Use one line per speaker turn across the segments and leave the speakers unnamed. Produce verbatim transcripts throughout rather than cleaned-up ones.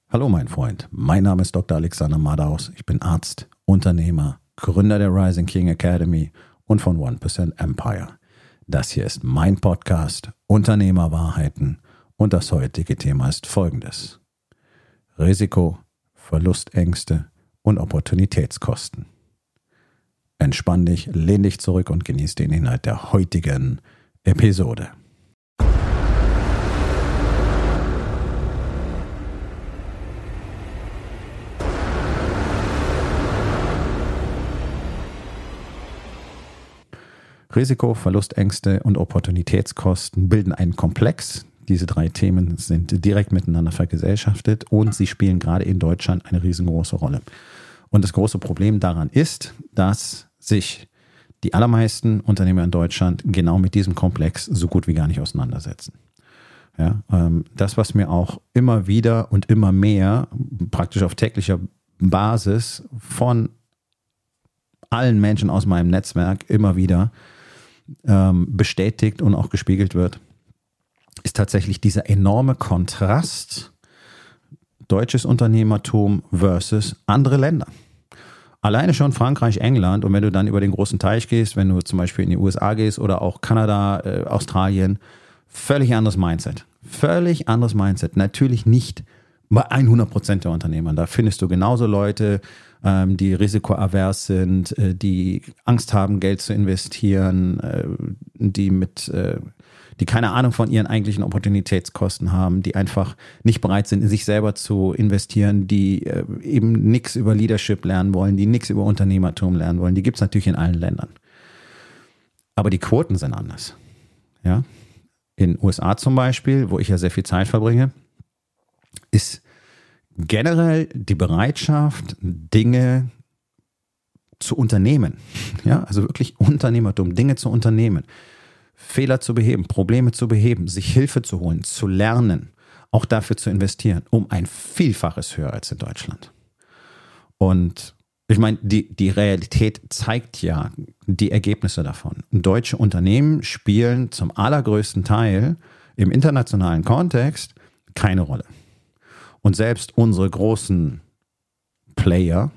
Hallo mein Freund, mein Name ist Doktor Alexander Madaus. Ich bin Arzt, Unternehmer, Gründer der Rising King Academy und von one percent Empire. Das hier ist mein Podcast Unternehmerwahrheiten und das heutige Thema ist folgendes: Risiko, Verlustängste und Opportunitätskosten. Entspann dich, lehn dich zurück und genieß den Inhalt der heutigen Episode. Risiko, Verlustängste und Opportunitätskosten bilden einen Komplex. Diese drei Themen sind direkt miteinander vergesellschaftet und sie spielen gerade in Deutschland eine riesengroße Rolle. Und das große Problem daran ist, dass sich die allermeisten Unternehmer in Deutschland genau mit diesem Komplex so gut wie gar nicht auseinandersetzen. Ja, ähm, das, was mir auch immer wieder und immer mehr praktisch auf täglicher Basis von allen Menschen aus meinem Netzwerk immer wieder ähm, bestätigt und auch gespiegelt wird, ist tatsächlich dieser enorme Kontrast deutsches Unternehmertum versus andere Länder. Alleine schon Frankreich, England, und wenn du dann über den großen Teich gehst, wenn du zum Beispiel in die U S A gehst oder auch Kanada, äh, Australien, völlig anderes Mindset. Völlig anderes Mindset. Natürlich nicht bei hundert Prozent der Unternehmer. Da findest du genauso Leute, ähm, die risikoavers sind, äh, die Angst haben, Geld zu investieren, äh, die mit, äh, die keine Ahnung von ihren eigentlichen Opportunitätskosten haben, die einfach nicht bereit sind, in sich selber zu investieren, die äh, eben nichts über Leadership lernen wollen, die nichts über Unternehmertum lernen wollen. Die gibt es natürlich in allen Ländern. Aber die Quoten sind anders. Ja? In den U S A zum Beispiel, wo ich ja sehr viel Zeit verbringe, ist generell die Bereitschaft, Dinge zu unternehmen. Ja, also wirklich Unternehmertum, Dinge zu unternehmen, Fehler zu beheben, Probleme zu beheben, sich Hilfe zu holen, zu lernen, auch dafür zu investieren, um ein Vielfaches höher als in Deutschland. Und ich meine, die, die Realität zeigt ja die Ergebnisse davon. Deutsche Unternehmen spielen zum allergrößten Teil im internationalen Kontext keine Rolle. Und selbst unsere großen Player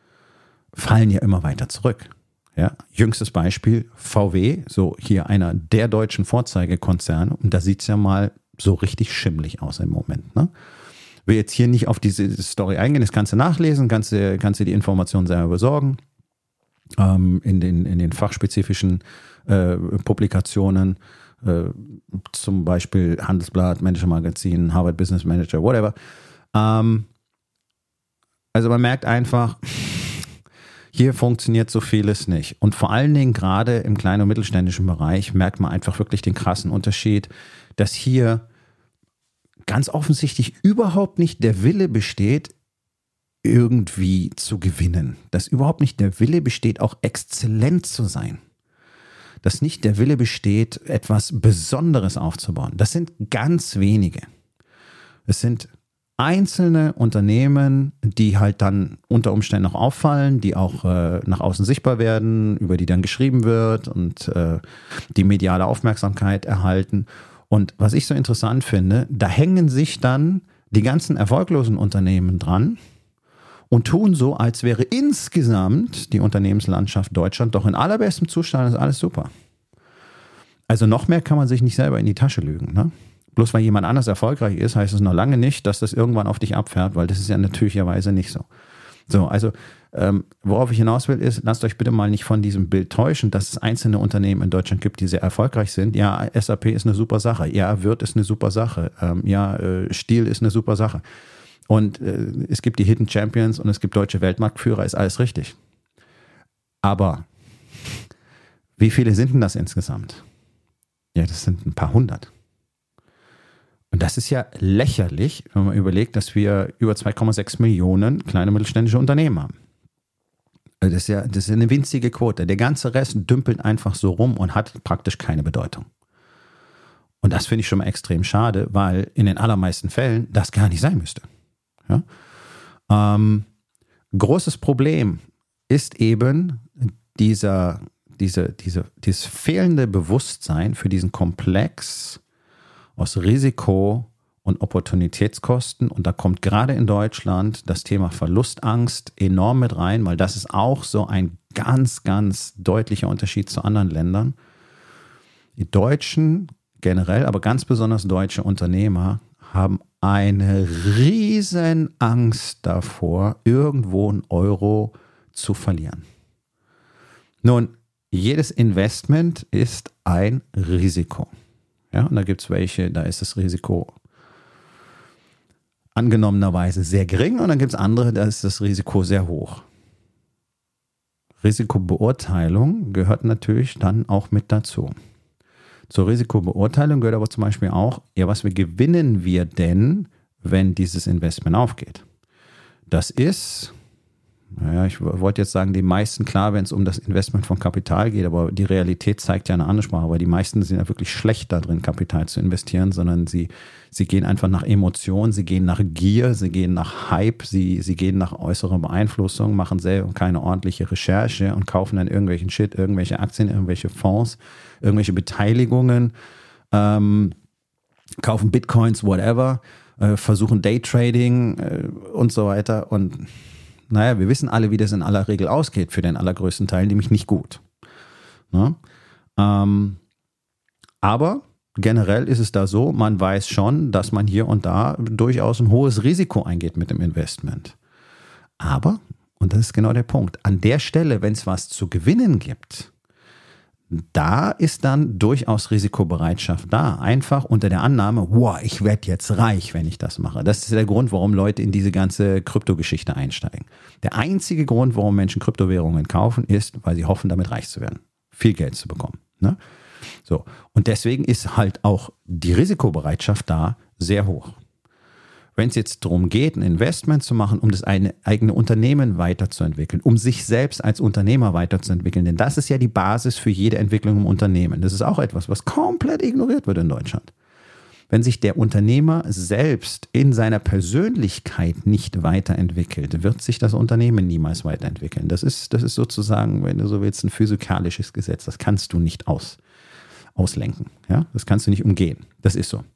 fallen ja immer weiter zurück. Ja, jüngstes Beispiel V W, so hier einer der deutschen Vorzeigekonzerne, und da sieht es ja mal so richtig schimmelig aus im Moment. Ne? Will jetzt hier nicht auf diese Story eingehen, das kannst du nachlesen, kannst du, kannst du die Informationen selber besorgen, ähm, in den, in den fachspezifischen äh, Publikationen, äh, zum Beispiel Handelsblatt, Manager Magazin, Harvard Business Manager, whatever. Ähm, also man merkt einfach, hier funktioniert so vieles nicht. Und vor allen Dingen gerade im kleinen und mittelständischen Bereich merkt man einfach wirklich den krassen Unterschied, dass hier ganz offensichtlich überhaupt nicht der Wille besteht, irgendwie zu gewinnen. Dass überhaupt nicht der Wille besteht, auch exzellent zu sein. Dass nicht der Wille besteht, etwas Besonderes aufzubauen. Das sind ganz wenige. Es sind einzelne Unternehmen, die halt dann unter Umständen noch auffallen, die auch äh, nach außen sichtbar werden, über die dann geschrieben wird und äh, die mediale Aufmerksamkeit erhalten. Und was ich so interessant finde, da hängen sich dann die ganzen erfolglosen Unternehmen dran und tun so, als wäre insgesamt die Unternehmenslandschaft Deutschland doch in allerbestem Zustand, ist alles super. Also noch mehr kann man sich nicht selber in die Tasche lügen, ne? Bloß weil jemand anders erfolgreich ist, heißt es noch lange nicht, dass das irgendwann auf dich abfährt, weil das ist ja natürlicherweise nicht so. So, also ähm, worauf ich hinaus will ist, lasst euch bitte mal nicht von diesem Bild täuschen, dass es einzelne Unternehmen in Deutschland gibt, die sehr erfolgreich sind. Ja, S A P ist eine super Sache. Ja, Wirth ist eine super Sache. Ähm, ja, äh, Stihl ist eine super Sache. Und äh, es gibt die Hidden Champions und es gibt deutsche Weltmarktführer, ist alles richtig. Aber wie viele sind denn das insgesamt? Ja, das sind ein paar hundert. Und das ist ja lächerlich, wenn man überlegt, dass wir über zwei Komma sechs Millionen kleine mittelständische Unternehmen haben. Das ist ja, das ist eine winzige Quote. Der ganze Rest dümpelt einfach so rum und hat praktisch keine Bedeutung. Und das finde ich schon mal extrem schade, weil in den allermeisten Fällen das gar nicht sein müsste. Ja? Ähm, großes Problem ist eben dieser, diese, diese, dieses fehlende Bewusstsein für diesen Komplex aus Risiko und Opportunitätskosten. Und da kommt gerade in Deutschland das Thema Verlustangst enorm mit rein, weil das ist auch so ein ganz, ganz deutlicher Unterschied zu anderen Ländern. Die Deutschen generell, aber ganz besonders deutsche Unternehmer haben eine riesen Angst davor, irgendwo einen Euro zu verlieren. Nun, jedes Investment ist ein Risiko. Ja, und da gibt es welche, da ist das Risiko angenommenerweise sehr gering und dann gibt es andere, da ist das Risiko sehr hoch. Risikobeurteilung gehört natürlich dann auch mit dazu. Zur Risikobeurteilung gehört aber zum Beispiel auch, ja, was gewinnen wir denn, wenn dieses Investment aufgeht? Das ist, naja, ich wollte jetzt sagen, die meisten klar, wenn es um das Investment von Kapital geht, aber die Realität zeigt ja eine andere Sprache, aber die meisten sind ja wirklich schlecht darin, Kapital zu investieren, sondern sie, sie gehen einfach nach Emotionen, sie gehen nach Gier, sie gehen nach Hype, sie, sie gehen nach äußerer Beeinflussung, machen selber keine ordentliche Recherche und kaufen dann irgendwelchen Shit, irgendwelche Aktien, irgendwelche Fonds, irgendwelche Beteiligungen, ähm, kaufen Bitcoins, whatever, äh, versuchen Daytrading äh, und so weiter und naja, wir wissen alle, wie das in aller Regel ausgeht für den allergrößten Teil, nämlich nicht gut. Ne? Ähm, aber generell ist es da so, man weiß schon, dass man hier und da durchaus ein hohes Risiko eingeht mit dem Investment. Aber, und das ist genau der Punkt, an der Stelle, wenn es was zu gewinnen gibt, da ist dann durchaus Risikobereitschaft da. Einfach unter der Annahme, wow, ich werde jetzt reich, wenn ich das mache. Das ist der Grund, warum Leute in diese ganze Kryptogeschichte einsteigen. Der einzige Grund, warum Menschen Kryptowährungen kaufen, ist, weil sie hoffen, damit reich zu werden. Viel Geld zu bekommen. Ne? So. Und deswegen ist halt auch die Risikobereitschaft da sehr hoch. Wenn es jetzt darum geht, ein Investment zu machen, um das eine, eigene Unternehmen weiterzuentwickeln, um sich selbst als Unternehmer weiterzuentwickeln, denn das ist ja die Basis für jede Entwicklung im Unternehmen. Das ist auch etwas, was komplett ignoriert wird in Deutschland. Wenn sich der Unternehmer selbst in seiner Persönlichkeit nicht weiterentwickelt, wird sich das Unternehmen niemals weiterentwickeln. Das ist, das ist sozusagen, wenn du so willst, ein physikalisches Gesetz. Das kannst du nicht aus, auslenken. Ja? Das kannst du nicht umgehen. Das ist so.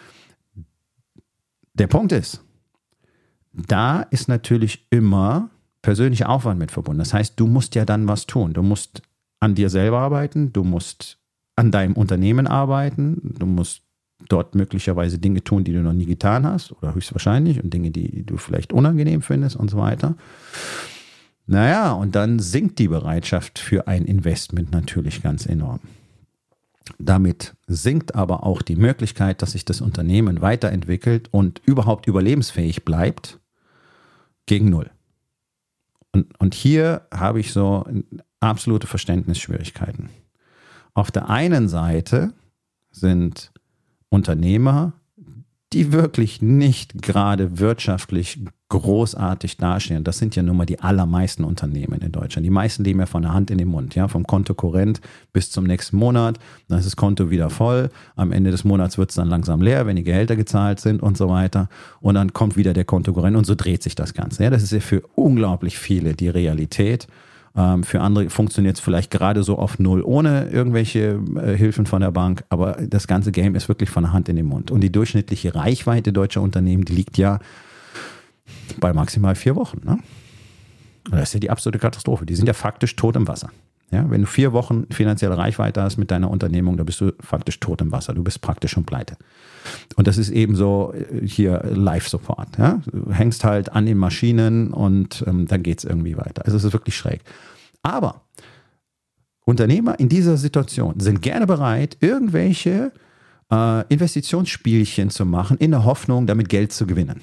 Der Punkt ist, da ist natürlich immer persönlicher Aufwand mit verbunden. Das heißt, du musst ja dann was tun. Du musst an dir selber arbeiten, du musst an deinem Unternehmen arbeiten, du musst dort möglicherweise Dinge tun, die du noch nie getan hast oder höchstwahrscheinlich und Dinge, die du vielleicht unangenehm findest und so weiter. Naja, und dann sinkt die Bereitschaft für ein Investment natürlich ganz enorm. Damit sinkt aber auch die Möglichkeit, dass sich das Unternehmen weiterentwickelt und überhaupt überlebensfähig bleibt, gegen null. Und, und hier habe ich so absolute Verständnisschwierigkeiten. Auf der einen Seite sind Unternehmer, die wirklich nicht gerade wirtschaftlich großartig dastehen. Das sind ja nun mal die allermeisten Unternehmen in Deutschland. Die meisten leben ja von der Hand in den Mund, ja, vom Konto Korrent bis zum nächsten Monat. Dann ist das Konto wieder voll. Am Ende des Monats wird es dann langsam leer, wenn die Gehälter gezahlt sind und so weiter. Und dann kommt wieder der Konto Korrent und so dreht sich das Ganze. Ja, das ist ja für unglaublich viele die Realität. Ähm, für andere funktioniert es vielleicht gerade so auf Null ohne irgendwelche äh, Hilfen von der Bank. Aber das ganze Game ist wirklich von der Hand in den Mund. Und die durchschnittliche Reichweite deutscher Unternehmen, die liegt ja bei maximal vier Wochen. Ne? Das ist ja die absolute Katastrophe. Die sind ja faktisch tot im Wasser. Ja? Wenn du vier Wochen finanzielle Reichweite hast mit deiner Unternehmung, dann bist du faktisch tot im Wasser. Du bist praktisch schon pleite. Und das ist eben so hier Live-Support. Ja? Du hängst halt an den Maschinen und ähm, dann geht es irgendwie weiter. Also es ist wirklich schräg. Aber Unternehmer in dieser Situation sind gerne bereit, irgendwelche äh, Investitionsspielchen zu machen, in der Hoffnung, damit Geld zu gewinnen.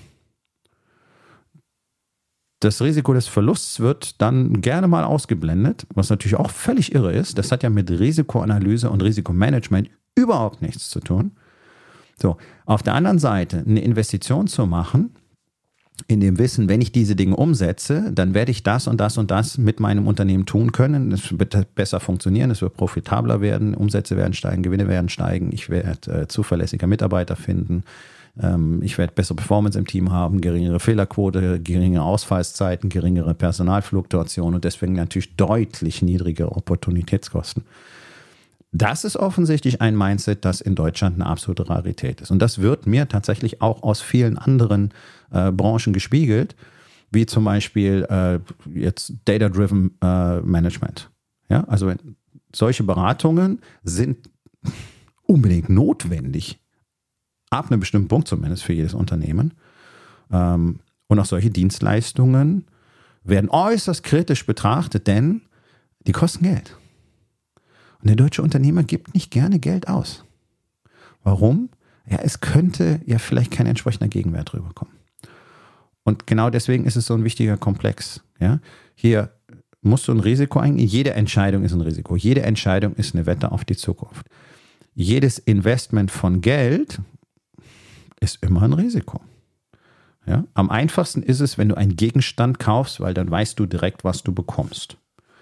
Das Risiko des Verlusts wird dann gerne mal ausgeblendet, was natürlich auch völlig irre ist. Das hat ja mit Risikoanalyse und Risikomanagement überhaupt nichts zu tun. So, auf der anderen Seite eine Investition zu machen, in dem Wissen, wenn ich diese Dinge umsetze, dann werde ich das und das und das mit meinem Unternehmen tun können. Es wird besser funktionieren, es wird profitabler werden, Umsätze werden steigen, Gewinne werden steigen, ich werde äh, zuverlässiger Mitarbeiter finden. Ich werde bessere Performance im Team haben, geringere Fehlerquote, geringere Ausfallszeiten, geringere Personalfluktuation und deswegen natürlich deutlich niedrigere Opportunitätskosten. Das ist offensichtlich ein Mindset, das in Deutschland eine absolute Rarität ist. Und das wird mir tatsächlich auch aus vielen anderen äh, Branchen gespiegelt, wie zum Beispiel äh, jetzt Data-Driven äh, Management. Ja, also wenn, solche Beratungen sind unbedingt notwendig, ab einem bestimmten Punkt zumindest für jedes Unternehmen. Ähm, und auch solche Dienstleistungen werden äußerst kritisch betrachtet, denn die kosten Geld. Und der deutsche Unternehmer gibt nicht gerne Geld aus. Warum? Ja, es könnte ja vielleicht kein entsprechender Gegenwert rüberkommen. Und genau deswegen ist es so ein wichtiger Komplex. Ja? Hier musst du ein Risiko eingehen. Jede Entscheidung ist ein Risiko. Jede Entscheidung ist eine Wette auf die Zukunft. Jedes Investment von Geld ist immer ein Risiko. Ja? Am einfachsten ist es, wenn du einen Gegenstand kaufst, weil dann weißt du direkt, was du bekommst.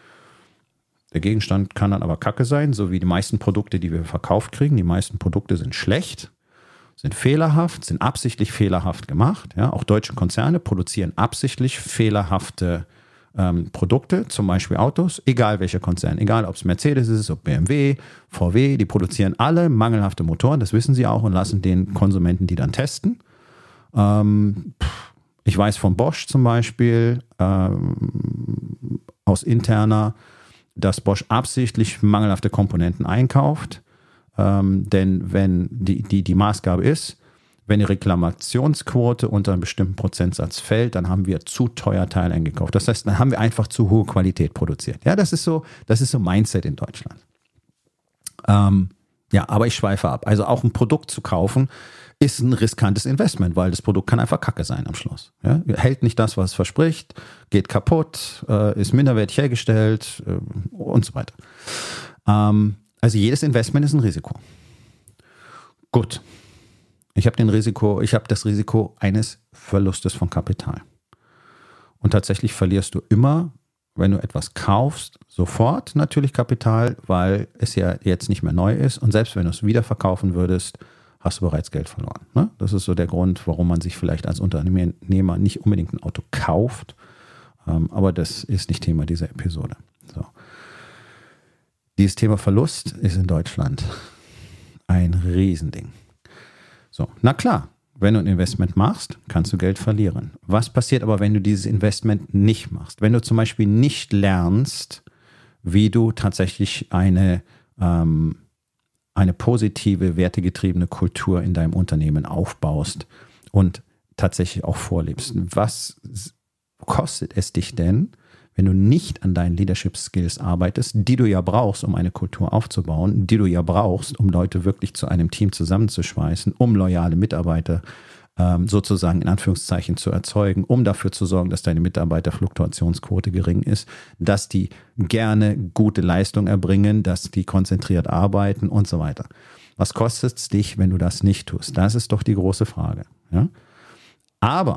Der Gegenstand kann dann aber Kacke sein, so wie die meisten Produkte, die wir verkauft kriegen. Die meisten Produkte sind schlecht, sind fehlerhaft, sind absichtlich fehlerhaft gemacht. Ja, auch deutsche Konzerne produzieren absichtlich fehlerhafte ähm, Produkte, zum Beispiel Autos, egal welcher Konzern, egal ob es Mercedes ist, ob B M W, V W, die produzieren alle mangelhafte Motoren, das wissen sie auch und lassen den Konsumenten die dann testen. Ähm, ich weiß von Bosch zum Beispiel, ähm, aus interner, dass Bosch absichtlich mangelhafte Komponenten einkauft. Ähm, denn wenn die, die, die Maßgabe ist, wenn die Reklamationsquote unter einem bestimmten Prozentsatz fällt, dann haben wir zu teuer Teile eingekauft. Das heißt, dann haben wir einfach zu hohe Qualität produziert. Ja, das ist so, das ist so Mindset in Deutschland. Ähm, ja, aber ich schweife ab. Also auch ein Produkt zu kaufen, ist ein riskantes Investment, weil das Produkt kann einfach Kacke sein am Schluss. Ja? Hält nicht das, was es verspricht, geht kaputt, äh, ist minderwertig hergestellt äh, und so weiter. Ähm, also jedes Investment ist ein Risiko. Gut. Ich habe den Risiko, ich habe das Risiko eines Verlustes von Kapital. Und tatsächlich verlierst du immer, wenn du etwas kaufst, sofort natürlich Kapital, weil es ja jetzt nicht mehr neu ist. Und selbst wenn du es wieder verkaufen würdest, hast du bereits Geld verloren. Ne? Das ist so der Grund, warum man sich vielleicht als Unternehmer nicht unbedingt ein Auto kauft. Ähm, aber das ist nicht Thema dieser Episode. So. Dieses Thema Verlust ist in Deutschland ein Riesending. So, na klar, wenn du ein Investment machst, kannst du Geld verlieren. Was passiert aber, wenn du dieses Investment nicht machst? Wenn du zum Beispiel nicht lernst, wie du tatsächlich eine ähm, eine positive, wertegetriebene Kultur in deinem Unternehmen aufbaust und tatsächlich auch vorlebst. Was kostet es dich denn, wenn du nicht an deinen Leadership Skills arbeitest, die du ja brauchst, um eine Kultur aufzubauen, die du ja brauchst, um Leute wirklich zu einem Team zusammenzuschweißen, um loyale Mitarbeiter ähm, sozusagen in Anführungszeichen zu erzeugen, um dafür zu sorgen, dass deine Mitarbeiterfluktuationsquote gering ist, dass die gerne gute Leistung erbringen, dass die konzentriert arbeiten und so weiter. Was kostet es dich, wenn du das nicht tust? Das ist doch die große Frage. Ja? Aber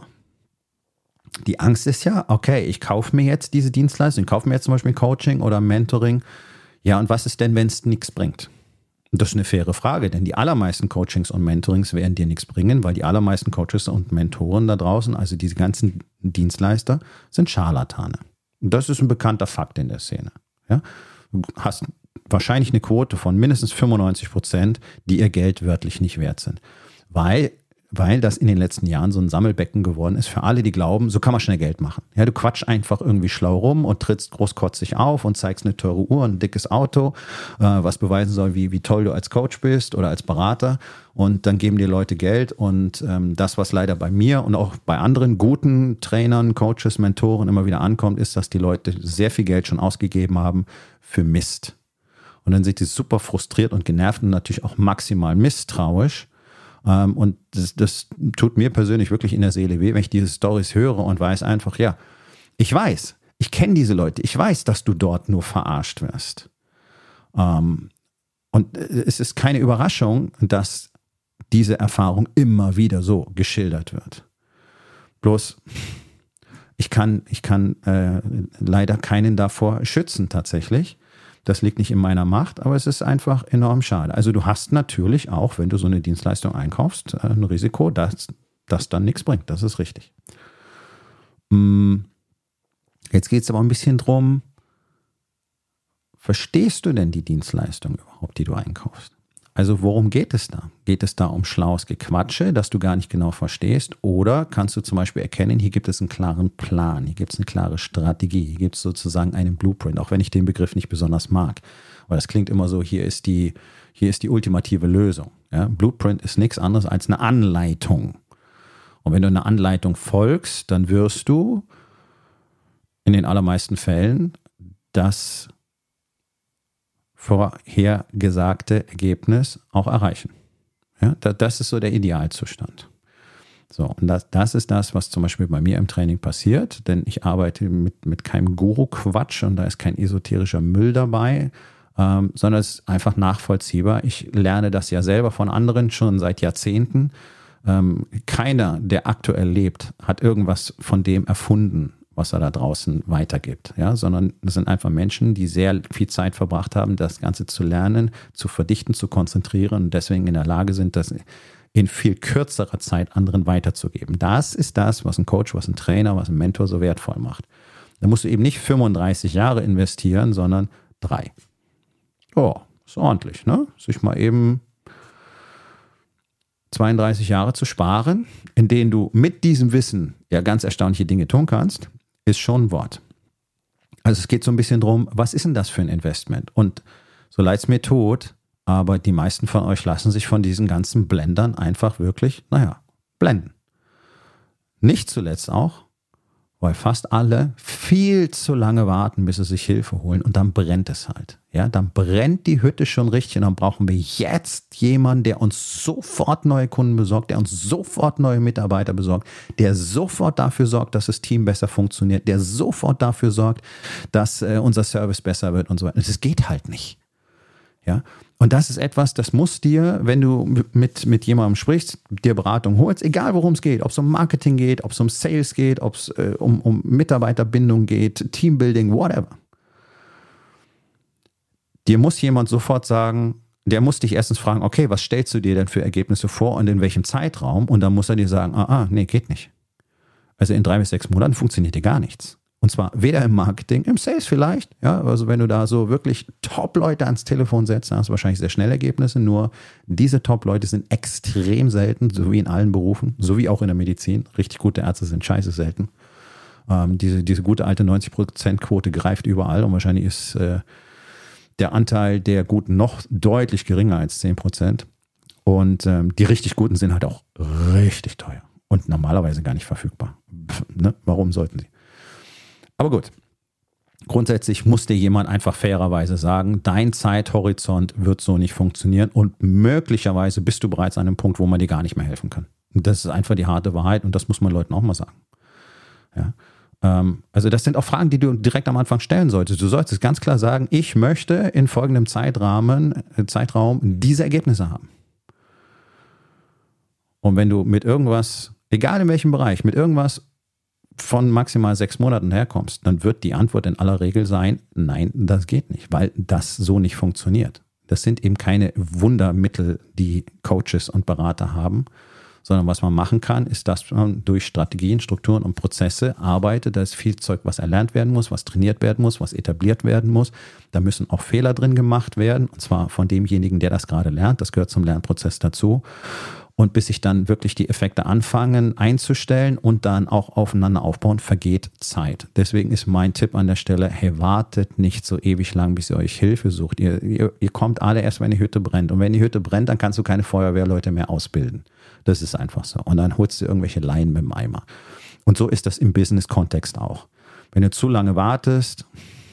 die Angst ist ja, okay, ich kaufe mir jetzt diese Dienstleistung, ich kaufe mir jetzt zum Beispiel Coaching oder Mentoring. Ja, und was ist denn, wenn es nichts bringt? Das ist eine faire Frage, denn die allermeisten Coachings und Mentorings werden dir nichts bringen, weil die allermeisten Coaches und Mentoren da draußen, also diese ganzen Dienstleister, sind Scharlatane. Und das ist ein bekannter Fakt in der Szene. Ja? Du hast wahrscheinlich eine Quote von mindestens fünfundneunzig Prozent, die ihr Geld wörtlich nicht wert sind. Weil weil das in den letzten Jahren so ein Sammelbecken geworden ist für alle, die glauben, so kann man schnell Geld machen. Ja, du quatsch einfach irgendwie schlau rum und trittst großkotzig auf und zeigst eine teure Uhr, ein dickes Auto, äh, was beweisen soll, wie, wie toll du als Coach bist oder als Berater. Und dann geben dir Leute Geld. Und ähm, das, was leider bei mir und auch bei anderen guten Trainern, Coaches, Mentoren immer wieder ankommt, ist, dass die Leute sehr viel Geld schon ausgegeben haben für Mist. Und dann sind die super frustriert und genervt und natürlich auch maximal misstrauisch. Und das, das tut mir persönlich wirklich in der Seele weh, wenn ich diese Storys höre und weiß einfach, ja, ich weiß, ich kenne diese Leute, ich weiß, dass du dort nur verarscht wirst. Und es ist keine Überraschung, dass diese Erfahrung immer wieder so geschildert wird. Bloß, ich kann, ich kann äh, leider keinen davor schützen tatsächlich. Das liegt nicht in meiner Macht, aber es ist einfach enorm schade. Also du hast natürlich auch, wenn du so eine Dienstleistung einkaufst, ein Risiko, dass das dann nichts bringt. Das ist richtig. Jetzt geht es aber ein bisschen drum, Verstehst du denn die Dienstleistung überhaupt, die du einkaufst? Also worum geht es da? Geht es da um schlaues Gequatsche, das du gar nicht genau verstehst? Oder kannst du zum Beispiel erkennen, hier gibt es einen klaren Plan, hier gibt es eine klare Strategie, hier gibt es sozusagen einen Blueprint, auch wenn ich den Begriff nicht besonders mag. Weil das klingt immer so, hier ist die, hier ist die ultimative Lösung. Ja? Blueprint ist nichts anderes als eine Anleitung. Und wenn du einer Anleitung folgst, dann wirst du in den allermeisten Fällen das vorhergesagte Ergebnis auch erreichen. Ja, das ist so der Idealzustand. So, und das, das ist das, was zum Beispiel bei mir im Training passiert, denn ich arbeite mit, mit keinem Guru-Quatsch und da ist kein esoterischer Müll dabei, ähm, sondern es ist einfach nachvollziehbar. Ich lerne das ja selber von anderen schon seit Jahrzehnten. Ähm, keiner, der aktuell lebt, hat irgendwas von dem erfunden, was er da draußen weitergibt, ja, sondern das sind einfach Menschen, die sehr viel Zeit verbracht haben, das Ganze zu lernen, zu verdichten, zu konzentrieren und deswegen in der Lage sind, das in viel kürzerer Zeit anderen weiterzugeben. Das ist das, was ein Coach, was ein Trainer, was ein Mentor so wertvoll macht. Da musst du eben nicht fünfunddreißig Jahre investieren, sondern drei. Oh, ist ordentlich, ne? Sich mal eben zweiunddreißig Jahre zu sparen, in denen du mit diesem Wissen ja ganz erstaunliche Dinge tun kannst, ist schon ein Wort. Also es geht so ein bisschen drum, was ist denn das für ein Investment? Und so leid es mir tut, aber die meisten von euch lassen sich von diesen ganzen Blendern einfach wirklich, naja, blenden. Nicht zuletzt auch, weil fast alle viel zu lange warten, bis sie sich Hilfe holen und dann brennt es halt. Ja, dann brennt die Hütte schon richtig und dann brauchen wir jetzt jemanden, der uns sofort neue Kunden besorgt, der uns sofort neue Mitarbeiter besorgt, der sofort dafür sorgt, dass das Team besser funktioniert, der sofort dafür sorgt, dass äh, unser Service besser wird und so weiter. Das geht halt nicht. Ja, und das ist etwas, das muss dir, wenn du mit, mit jemandem sprichst, dir Beratung holst, egal worum es geht, ob es um Marketing geht, ob es um Sales geht, ob es äh, um, um Mitarbeiterbindung geht, Teambuilding, whatever. Dir muss jemand sofort sagen, der muss dich erstens fragen, okay, was stellst du dir denn für Ergebnisse vor und in welchem Zeitraum? Und dann muss er dir sagen, ah, ah nee, geht nicht. Also in drei bis sechs Monaten funktioniert dir gar nichts. Und zwar weder im Marketing, im Sales vielleicht. Ja, also wenn du da so wirklich Top-Leute ans Telefon setzt, dann hast du wahrscheinlich sehr schnell Ergebnisse. Nur diese Top-Leute sind extrem selten, so wie in allen Berufen, so wie auch in der Medizin. Richtig gute Ärzte sind scheiße selten. Ähm, diese, diese gute alte neunzig Prozent Quote greift überall und wahrscheinlich ist äh, der Anteil der Guten noch deutlich geringer als zehn Prozent. Und ähm, die richtig Guten sind halt auch richtig teuer und normalerweise gar nicht verfügbar. Pff, ne? Warum sollten sie? Aber gut, grundsätzlich muss dir jemand einfach fairerweise sagen, dein Zeithorizont wird so nicht funktionieren und möglicherweise bist du bereits an einem Punkt, wo man dir gar nicht mehr helfen kann. Und das ist einfach die harte Wahrheit und das muss man Leuten auch mal sagen. Ja. Ähm, also das sind auch Fragen, die du direkt am Anfang stellen solltest. Du solltest ganz klar sagen, ich möchte in folgendem Zeitrahmen, äh, Zeitraum diese Ergebnisse haben. Und wenn du mit irgendwas, egal in welchem Bereich, mit irgendwas von maximal sechs Monaten herkommst, dann wird die Antwort in aller Regel sein, nein, das geht nicht, weil das so nicht funktioniert. Das sind eben keine Wundermittel, die Coaches und Berater haben, sondern was man machen kann, ist, dass man durch Strategien, Strukturen und Prozesse arbeitet. Da ist viel Zeug, was erlernt werden muss, was trainiert werden muss, was etabliert werden muss. Da müssen auch Fehler drin gemacht werden, und zwar von demjenigen, der das gerade lernt. Das gehört zum Lernprozess dazu. Und bis sich dann wirklich die Effekte anfangen einzustellen und dann auch aufeinander aufbauen, vergeht Zeit. Deswegen ist mein Tipp an der Stelle, hey, wartet nicht so ewig lang, bis ihr euch Hilfe sucht. Ihr, ihr, ihr kommt alle erst, wenn die Hütte brennt. Und wenn die Hütte brennt, dann kannst du keine Feuerwehrleute mehr ausbilden. Das ist einfach so. Und dann holst du irgendwelche Laien mit dem Eimer. Und so ist das im Business-Kontext auch. Wenn du zu lange wartest,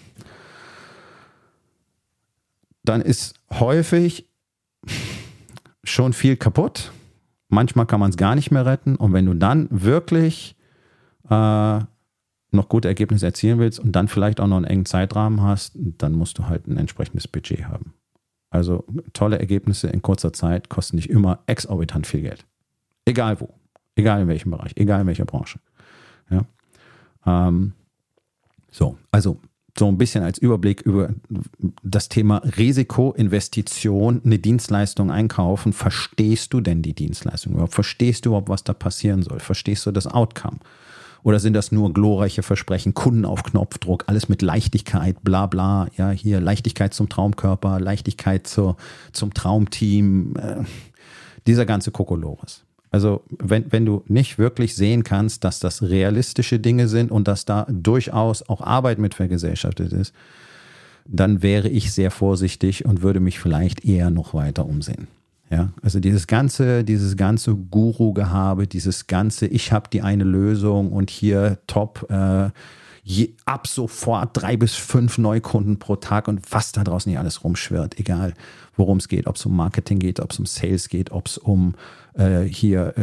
dann ist häufig schon viel kaputt. Manchmal kann man es gar nicht mehr retten. Und wenn du dann wirklich äh, noch gute Ergebnisse erzielen willst und dann vielleicht auch noch einen engen Zeitrahmen hast, dann musst du halt ein entsprechendes Budget haben. Also tolle Ergebnisse in kurzer Zeit kosten dich immer exorbitant viel Geld. Egal wo, egal in welchem Bereich, egal in welcher Branche. Ja? Ähm, so, also so ein bisschen als Überblick über das Thema Risikoinvestition, eine Dienstleistung einkaufen. Verstehst du denn die Dienstleistung überhaupt? Verstehst du überhaupt, was da passieren soll? Verstehst du das Outcome? Oder sind das nur glorreiche Versprechen, Kunden auf Knopfdruck, alles mit Leichtigkeit, bla bla, ja, hier Leichtigkeit zum Traumkörper, Leichtigkeit zur, zum Traumteam, äh, dieser ganze Kokolores. Also wenn, wenn du nicht wirklich sehen kannst, dass das realistische Dinge sind und dass da durchaus auch Arbeit mit vergesellschaftet ist, dann wäre ich sehr vorsichtig und würde mich vielleicht eher noch weiter umsehen. Ja, also dieses ganze, dieses ganze Guru-Gehabe, dieses ganze, ich habe die eine Lösung und hier top, äh, je, ab sofort drei bis fünf Neukunden pro Tag und was da draußen nicht alles rumschwirrt, egal worum es geht, ob es um Marketing geht, ob es um Sales geht, ob es um äh, hier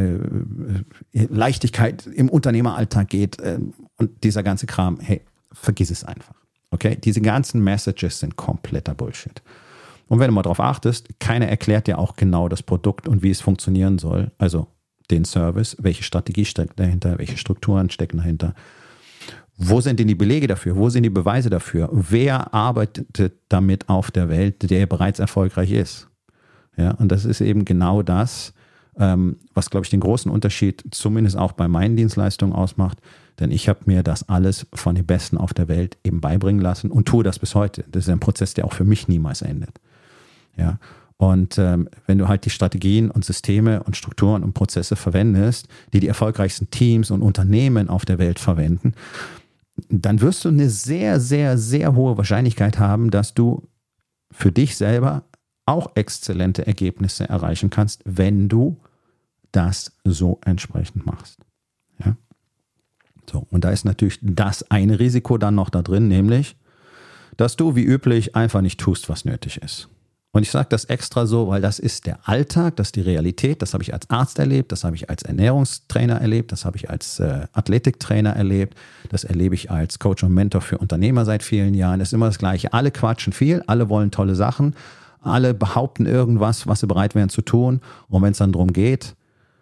äh, Leichtigkeit im Unternehmeralltag geht äh, und dieser ganze Kram, hey, vergiss es einfach. Okay, diese ganzen Messages sind kompletter Bullshit. Und wenn du mal drauf achtest, keiner erklärt dir auch genau das Produkt und wie es funktionieren soll. Also den Service, welche Strategie steckt dahinter, welche Strukturen stecken dahinter. Wo sind denn die Belege dafür? Wo sind die Beweise dafür? Wer arbeitet damit auf der Welt, der bereits erfolgreich ist? Ja, und das ist eben genau das, ähm, was, glaube ich, den großen Unterschied zumindest auch bei meinen Dienstleistungen ausmacht. Denn ich habe mir das alles von den Besten auf der Welt eben beibringen lassen und tue das bis heute. Das ist ein Prozess, der auch für mich niemals endet. Ja, und ähm, wenn du halt die Strategien und Systeme und Strukturen und Prozesse verwendest, die die erfolgreichsten Teams und Unternehmen auf der Welt verwenden, dann wirst du eine sehr, sehr, sehr hohe Wahrscheinlichkeit haben, dass du für dich selber auch exzellente Ergebnisse erreichen kannst, wenn du das so entsprechend machst. Ja? So, und da ist natürlich das eine Risiko dann noch da drin, nämlich, dass du wie üblich einfach nicht tust, was nötig ist. Und ich sage das extra so, weil das ist der Alltag, das ist die Realität, das habe ich als Arzt erlebt, das habe ich als Ernährungstrainer erlebt, das habe ich als äh, Athletiktrainer erlebt, das erlebe ich als Coach und Mentor für Unternehmer seit vielen Jahren. Das ist immer das Gleiche. Alle quatschen viel, alle wollen tolle Sachen, alle behaupten irgendwas, was sie bereit wären zu tun. Und wenn es dann darum geht,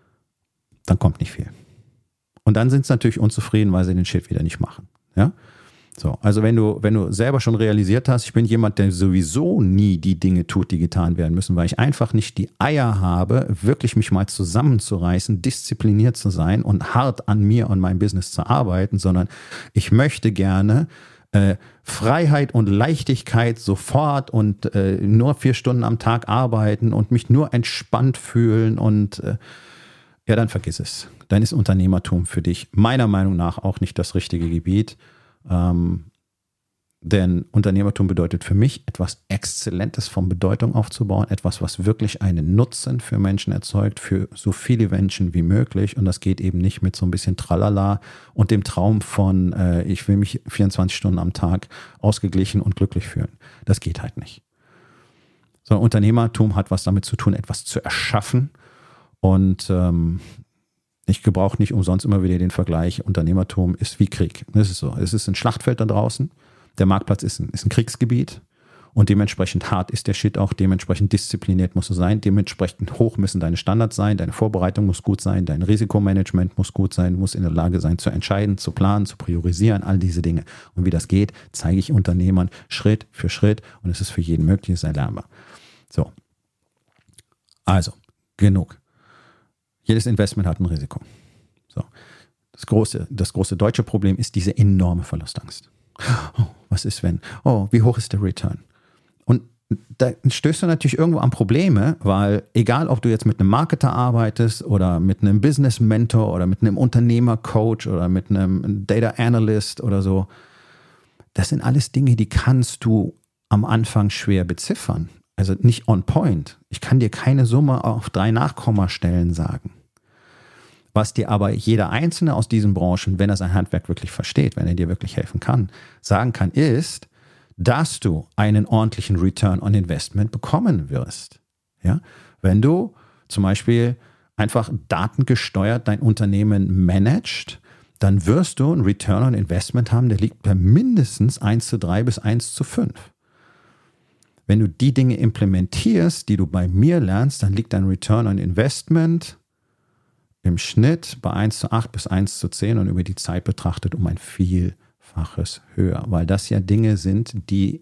dann kommt nicht viel. Und dann sind sie natürlich unzufrieden, weil sie den Shit wieder nicht machen. Ja? So, also wenn du, wenn du selber schon realisiert hast, ich bin jemand, der sowieso nie die Dinge tut, die getan werden müssen, weil ich einfach nicht die Eier habe, wirklich mich mal zusammenzureißen, diszipliniert zu sein und hart an mir und meinem Business zu arbeiten, sondern ich möchte gerne äh, Freiheit und Leichtigkeit sofort und äh, nur vier Stunden am Tag arbeiten und mich nur entspannt fühlen und äh, ja, dann vergiss es. Dann ist Unternehmertum für dich meiner Meinung nach auch nicht das richtige Gebiet. Ähm, denn Unternehmertum bedeutet für mich, etwas Exzellentes von Bedeutung aufzubauen, etwas, was wirklich einen Nutzen für Menschen erzeugt, für so viele Menschen wie möglich. Und das geht eben nicht mit so ein bisschen Tralala und dem Traum von, äh, ich will mich vierundzwanzig Stunden am Tag ausgeglichen und glücklich fühlen. Das geht halt nicht. Sondern Unternehmertum hat was damit zu tun, etwas zu erschaffen. Und ähm, ich gebrauche nicht umsonst immer wieder den Vergleich, Unternehmertum ist wie Krieg. Das ist so. Es ist ein Schlachtfeld da draußen. Der Marktplatz ist ein, ist ein Kriegsgebiet und dementsprechend hart ist der Shit auch, dementsprechend diszipliniert musst du sein, dementsprechend hoch müssen deine Standards sein, deine Vorbereitung muss gut sein, dein Risikomanagement muss gut sein, du musst in der Lage sein zu entscheiden, zu planen, zu priorisieren, all diese Dinge. Und wie das geht, zeige ich Unternehmern Schritt für Schritt und es ist für jeden möglich, es ist erlernbar. So. Also, genug. Jedes Investment hat ein Risiko. So. Das große, das große deutsche Problem ist diese enorme Verlustangst. Oh, was ist wenn? Oh, wie hoch ist der Return? Und da stößt du natürlich irgendwo an Probleme, weil egal, ob du jetzt mit einem Marketer arbeitest oder mit einem Business Mentor oder mit einem Unternehmercoach oder mit einem Data Analyst oder so, das sind alles Dinge, die kannst du am Anfang schwer beziffern. Also nicht on point. Ich kann dir keine Summe auf drei Nachkommastellen sagen. Was dir aber jeder Einzelne aus diesen Branchen, wenn er sein Handwerk wirklich versteht, wenn er dir wirklich helfen kann, sagen kann, ist, dass du einen ordentlichen Return on Investment bekommen wirst. Ja? Wenn du zum Beispiel einfach datengesteuert dein Unternehmen managst, dann wirst du einen Return on Investment haben, der liegt bei mindestens eins zu drei bis eins zu fünf. Wenn du die Dinge implementierst, die du bei mir lernst, dann liegt dein Return on Investment im Schnitt bei eins zu acht bis eins zu zehn und über die Zeit betrachtet um ein Vielfaches höher, weil das ja Dinge sind, die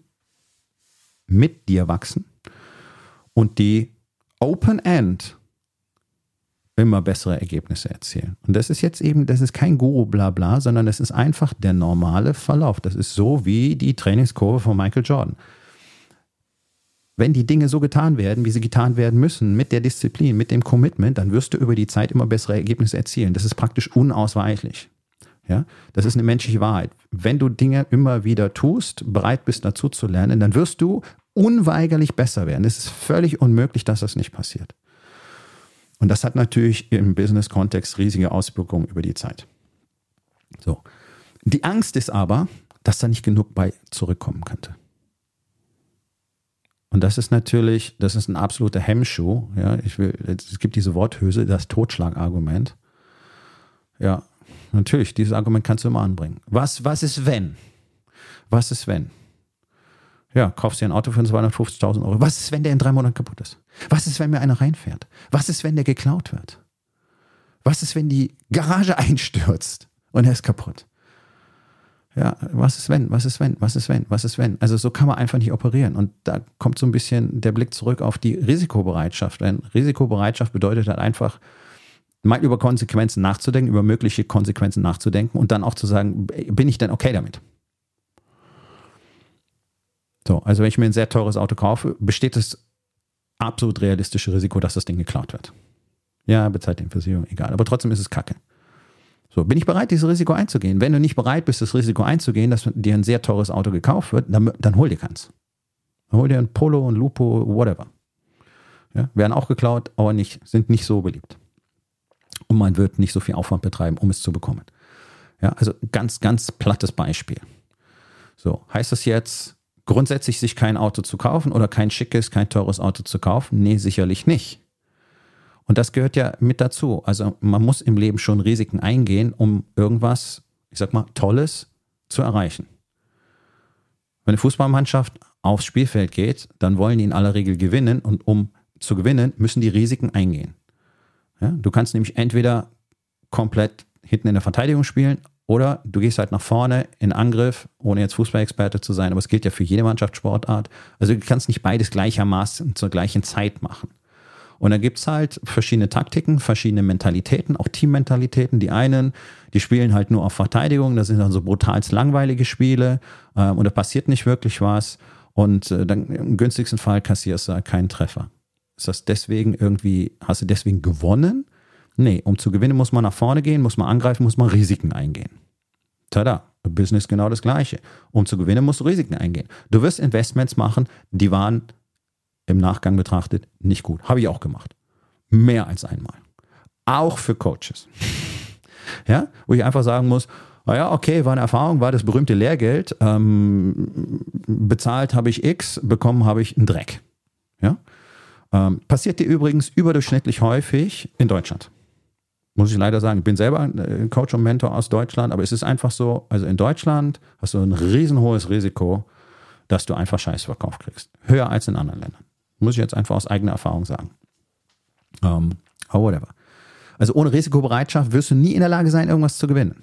mit dir wachsen und die Open-End immer bessere Ergebnisse erzielen. Und das ist jetzt eben, das ist kein Guru-Blabla, sondern das ist einfach der normale Verlauf. Das ist so wie die Trainingskurve von Michael Jordan. Wenn die Dinge so getan werden, wie sie getan werden müssen, mit der Disziplin, mit dem Commitment, dann wirst du über die Zeit immer bessere Ergebnisse erzielen. Das ist praktisch unausweichlich. Ja? Das ist eine menschliche Wahrheit. Wenn du Dinge immer wieder tust, bereit bist dazu zu lernen, dann wirst du unweigerlich besser werden. Es ist völlig unmöglich, dass das nicht passiert. Und das hat natürlich im Business-Kontext riesige Auswirkungen über die Zeit. So. Die Angst ist aber, dass da nicht genug bei zurückkommen könnte. Und das ist natürlich, das ist ein absoluter Hemmschuh. Ja, ich will, es gibt diese Worthülse, das Totschlagargument. Ja, natürlich, dieses Argument kannst du immer anbringen. Was, was ist wenn? Was ist wenn? Ja, kaufst dir ein Auto für zweihundertfünfzigtausend Euro. Was ist, wenn der in drei Monaten kaputt ist? Was ist, wenn mir einer reinfährt? Was ist, wenn der geklaut wird? Was ist, wenn die Garage einstürzt und er ist kaputt? Ja, was ist wenn, was ist wenn, was ist wenn, was ist wenn? Also so kann man einfach nicht operieren. Und da kommt so ein bisschen der Blick zurück auf die Risikobereitschaft. Denn Risikobereitschaft bedeutet halt einfach, mal über Konsequenzen nachzudenken, über mögliche Konsequenzen nachzudenken und dann auch zu sagen, bin ich denn okay damit? So, also wenn ich mir ein sehr teures Auto kaufe, besteht das absolut realistische Risiko, dass das Ding geklaut wird. Ja, bezahlt den Versicherung, egal. Aber trotzdem ist es Kacke. So, bin ich bereit, dieses Risiko einzugehen? Wenn du nicht bereit bist, das Risiko einzugehen, dass dir ein sehr teures Auto gekauft wird, dann, dann hol dir keins. Dann hol dir ein Polo, ein Lupo, whatever. Ja, werden auch geklaut, aber nicht, sind nicht so beliebt. Und man wird nicht so viel Aufwand betreiben, um es zu bekommen. Ja, also ganz, ganz plattes Beispiel. So, heißt das jetzt, grundsätzlich sich kein Auto zu kaufen oder kein schickes, kein teures Auto zu kaufen? Nee, sicherlich nicht. Und das gehört ja mit dazu. Also man muss im Leben schon Risiken eingehen, um irgendwas, ich sag mal, Tolles zu erreichen. Wenn eine Fußballmannschaft aufs Spielfeld geht, dann wollen die in aller Regel gewinnen und um zu gewinnen, müssen die Risiken eingehen. Ja, du kannst nämlich entweder komplett hinten in der Verteidigung spielen oder du gehst halt nach vorne in Angriff, ohne jetzt Fußballexperte zu sein, aber es gilt ja für jede Mannschaftssportart. Also du kannst nicht beides gleichermaßen zur gleichen Zeit machen. Und dann gibt es halt verschiedene Taktiken, verschiedene Mentalitäten, auch Teammentalitäten. Die einen, die spielen halt nur auf Verteidigung, das sind dann so brutal langweilige Spiele äh, und da passiert nicht wirklich was. Und äh, dann im günstigsten Fall kassierst du halt keinen Treffer. Ist das deswegen irgendwie, hast du deswegen gewonnen? Nee, um zu gewinnen muss man nach vorne gehen, muss man angreifen, muss man Risiken eingehen. Tada, Business genau das Gleiche. Um zu gewinnen musst du Risiken eingehen. Du wirst Investments machen, die waren im Nachgang betrachtet nicht gut. Habe ich auch gemacht. Mehr als einmal. Auch für Coaches. Ja, wo ich einfach sagen muss, naja, okay, war eine Erfahrung, war das berühmte Lehrgeld. Ähm, bezahlt habe ich X, bekommen habe ich einen Dreck. Ja? Ähm, passiert dir übrigens überdurchschnittlich häufig in Deutschland. Muss ich leider sagen, ich bin selber ein Coach und Mentor aus Deutschland, aber es ist einfach so, also in Deutschland hast du ein riesenhohes Risiko, dass du einfach Scheiß verkauft kriegst. Höher als in anderen Ländern. Muss ich jetzt einfach aus eigener Erfahrung sagen. Um, aber whatever. Also ohne Risikobereitschaft wirst du nie in der Lage sein, irgendwas zu gewinnen.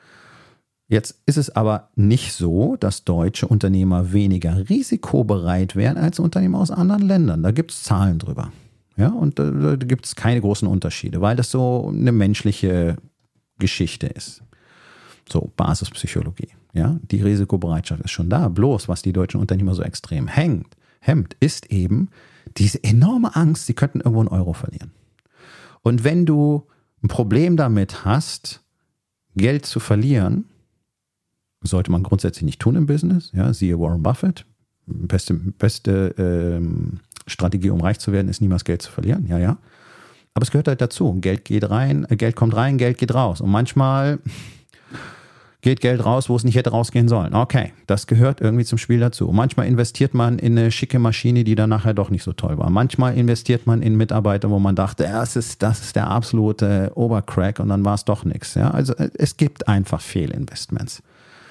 Jetzt ist es aber nicht so, dass deutsche Unternehmer weniger risikobereit wären als Unternehmer aus anderen Ländern. Da gibt es Zahlen drüber. Ja, und da, da gibt es keine großen Unterschiede, weil das so eine menschliche Geschichte ist. So, Basispsychologie. Ja, die Risikobereitschaft ist schon da. Bloß, was die deutschen Unternehmer so extrem hängt, hemmt, ist eben diese enorme Angst, sie könnten irgendwo einen Euro verlieren. Und wenn du ein Problem damit hast, Geld zu verlieren, sollte man grundsätzlich nicht tun im Business. Ja, siehe Warren Buffett. Beste, beste ähm, Strategie, um reich zu werden, ist niemals Geld zu verlieren. Ja, ja. Aber es gehört halt dazu. Geld geht rein, Geld kommt rein, Geld geht raus. Und manchmal geht Geld raus, wo es nicht hätte rausgehen sollen. Okay, das gehört irgendwie zum Spiel dazu. Und manchmal investiert man in eine schicke Maschine, die dann nachher doch nicht so toll war. Manchmal investiert man in Mitarbeiter, wo man dachte, ja, das ist, das ist der absolute Obercrack und dann war es doch nichts. Ja, also es gibt einfach Fehlinvestments.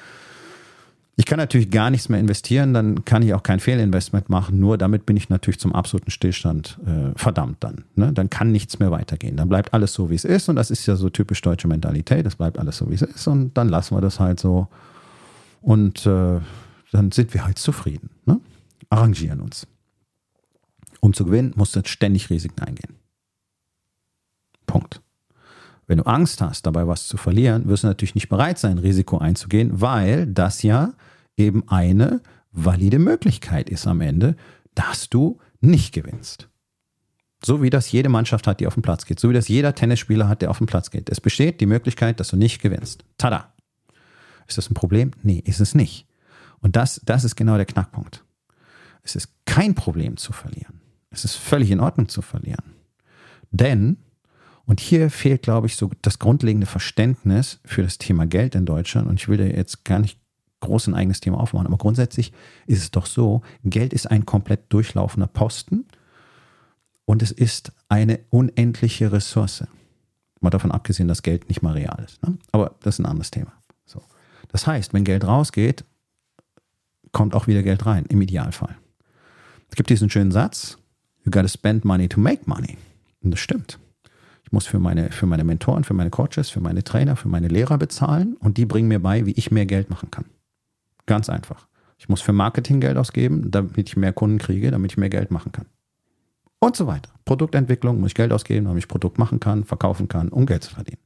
Ich kann natürlich gar nichts mehr investieren, dann kann ich auch kein Fehlinvestment machen, nur damit bin ich natürlich zum absoluten Stillstand äh, verdammt dann. Ne? Dann kann nichts mehr weitergehen. Dann bleibt alles so, wie es ist und das ist ja so typisch deutsche Mentalität, das bleibt alles so, wie es ist und dann lassen wir das halt so und äh, dann sind wir halt zufrieden. Ne? Arrangieren uns. Um zu gewinnen, musst du ständig Risiken eingehen. Punkt. Wenn du Angst hast, dabei was zu verlieren, wirst du natürlich nicht bereit sein, Risiko einzugehen, weil das ja eben eine valide Möglichkeit ist am Ende, dass du nicht gewinnst. So wie das jede Mannschaft hat, die auf den Platz geht. So wie das jeder Tennisspieler hat, der auf den Platz geht. Es besteht die Möglichkeit, dass du nicht gewinnst. Tada! Ist das ein Problem? Nee, ist es nicht. Und das, das ist genau der Knackpunkt. Es ist kein Problem zu verlieren. Es ist völlig in Ordnung zu verlieren. Denn, und hier fehlt, glaube ich, so das grundlegende Verständnis für das Thema Geld in Deutschland. Und ich will da jetzt gar nicht groß ein eigenes Thema aufmachen, aber grundsätzlich ist es doch so, Geld ist ein komplett durchlaufender Posten und es ist eine unendliche Ressource. Mal davon abgesehen, dass Geld nicht mal real ist. Ne? Aber das ist ein anderes Thema. So. Das heißt, wenn Geld rausgeht, kommt auch wieder Geld rein, im Idealfall. Es gibt diesen schönen Satz, you gotta spend money to make money. Und das stimmt. Ich muss für meine, für meine Mentoren, für meine Coaches, für meine Trainer, für meine Lehrer bezahlen und die bringen mir bei, wie ich mehr Geld machen kann. Ganz einfach. Ich muss für Marketing Geld ausgeben, damit ich mehr Kunden kriege, damit ich mehr Geld machen kann. Und so weiter. Produktentwicklung muss ich Geld ausgeben, damit ich Produkt machen kann, verkaufen kann, um Geld zu verdienen.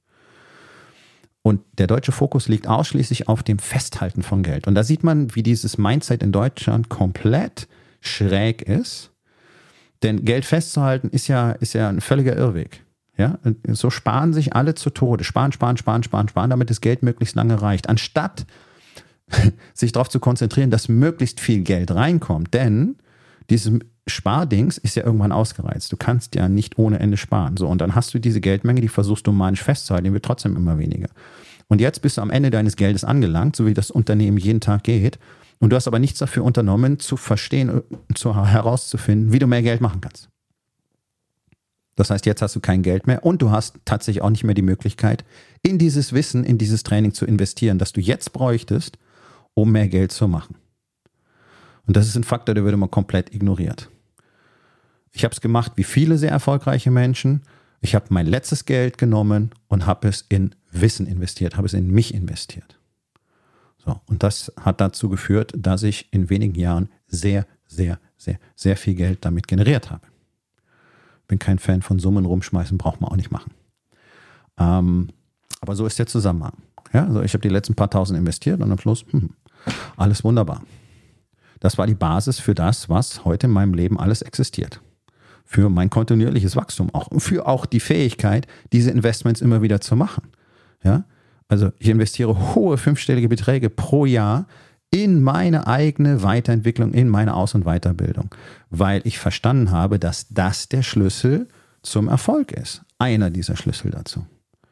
Und der deutsche Fokus liegt ausschließlich auf dem Festhalten von Geld. Und da sieht man, wie dieses Mindset in Deutschland komplett schräg ist. Denn Geld festzuhalten ist ja, ist ja ein völliger Irrweg. Ja? So sparen sich alle zu Tode. Sparen, sparen, sparen, sparen, sparen, damit das Geld möglichst lange reicht. Anstatt sich darauf zu konzentrieren, dass möglichst viel Geld reinkommt. Denn dieses Spardings ist ja irgendwann ausgereizt. Du kannst ja nicht ohne Ende sparen. So, und dann hast du diese Geldmenge, die versuchst du manisch festzuhalten, die wird trotzdem immer weniger. Und jetzt bist du am Ende deines Geldes angelangt, so wie das Unternehmen jeden Tag geht. Und du hast aber nichts dafür unternommen, zu verstehen, zu, herauszufinden, wie du mehr Geld machen kannst. Das heißt, jetzt hast du kein Geld mehr und du hast tatsächlich auch nicht mehr die Möglichkeit, in dieses Wissen, in dieses Training zu investieren, das du jetzt bräuchtest, um mehr Geld zu machen. Und das ist ein Faktor, der wird immer komplett ignoriert. Ich habe es gemacht wie viele sehr erfolgreiche Menschen. Ich habe mein letztes Geld genommen und habe es in Wissen investiert, habe es in mich investiert. So, und das hat dazu geführt, dass ich in wenigen Jahren sehr, sehr, sehr, sehr viel Geld damit generiert habe. Bin kein Fan von Summen rumschmeißen, braucht man auch nicht machen. Ähm, aber so ist der Zusammenhang. Ja, also ich habe die letzten paar Tausend investiert und am Schluss, hm, alles wunderbar. Das war die Basis für das, was heute in meinem Leben alles existiert. Für mein kontinuierliches Wachstum, auch für auch die Fähigkeit, diese Investments immer wieder zu machen. Ja, also ich investiere hohe fünfstellige Beträge pro Jahr in meine eigene Weiterentwicklung, in meine Aus- und Weiterbildung, weil ich verstanden habe, dass das der Schlüssel zum Erfolg ist. Einer dieser Schlüssel dazu.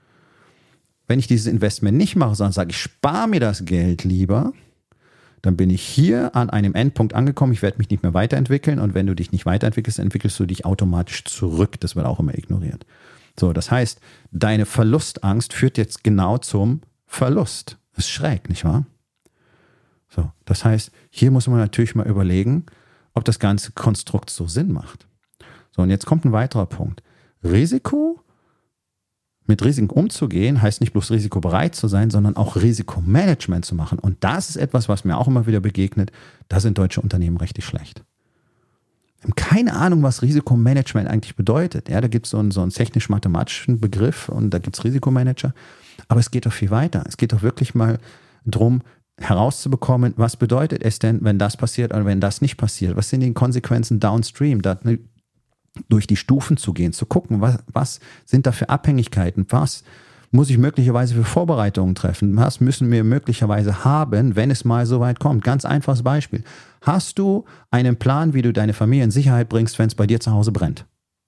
Wenn ich dieses Investment nicht mache, sondern sage, ich spare mir das Geld lieber, dann bin ich hier an einem Endpunkt angekommen, ich werde mich nicht mehr weiterentwickeln und wenn du dich nicht weiterentwickelst, entwickelst du dich automatisch zurück. Das wird auch immer ignoriert. So, das heißt, deine Verlustangst führt jetzt genau zum Verlust. Das ist schräg, nicht wahr? So, das heißt, hier muss man natürlich mal überlegen, ob das ganze Konstrukt so Sinn macht. So, und jetzt kommt ein weiterer Punkt. Risiko, mit Risiken umzugehen, heißt nicht bloß risikobereit zu sein, sondern auch Risikomanagement zu machen. Und das ist etwas, was mir auch immer wieder begegnet. Da sind deutsche Unternehmen richtig schlecht. Wir haben keine Ahnung, was Risikomanagement eigentlich bedeutet. Ja, da gibt es so einen, so einen technisch-mathematischen Begriff und da gibt es Risikomanager. Aber es geht doch viel weiter. Es geht doch wirklich mal darum, herauszubekommen, was bedeutet es denn, wenn das passiert oder wenn das nicht passiert? Was sind die Konsequenzen downstream? Da, durch die Stufen zu gehen, zu gucken, was, was sind da für Abhängigkeiten? Was muss ich möglicherweise für Vorbereitungen treffen? Was müssen wir möglicherweise haben, wenn es mal so weit kommt? Ganz einfaches Beispiel. Hast du einen Plan, wie du deine Familie in Sicherheit bringst, wenn es bei dir zu Hause brennt?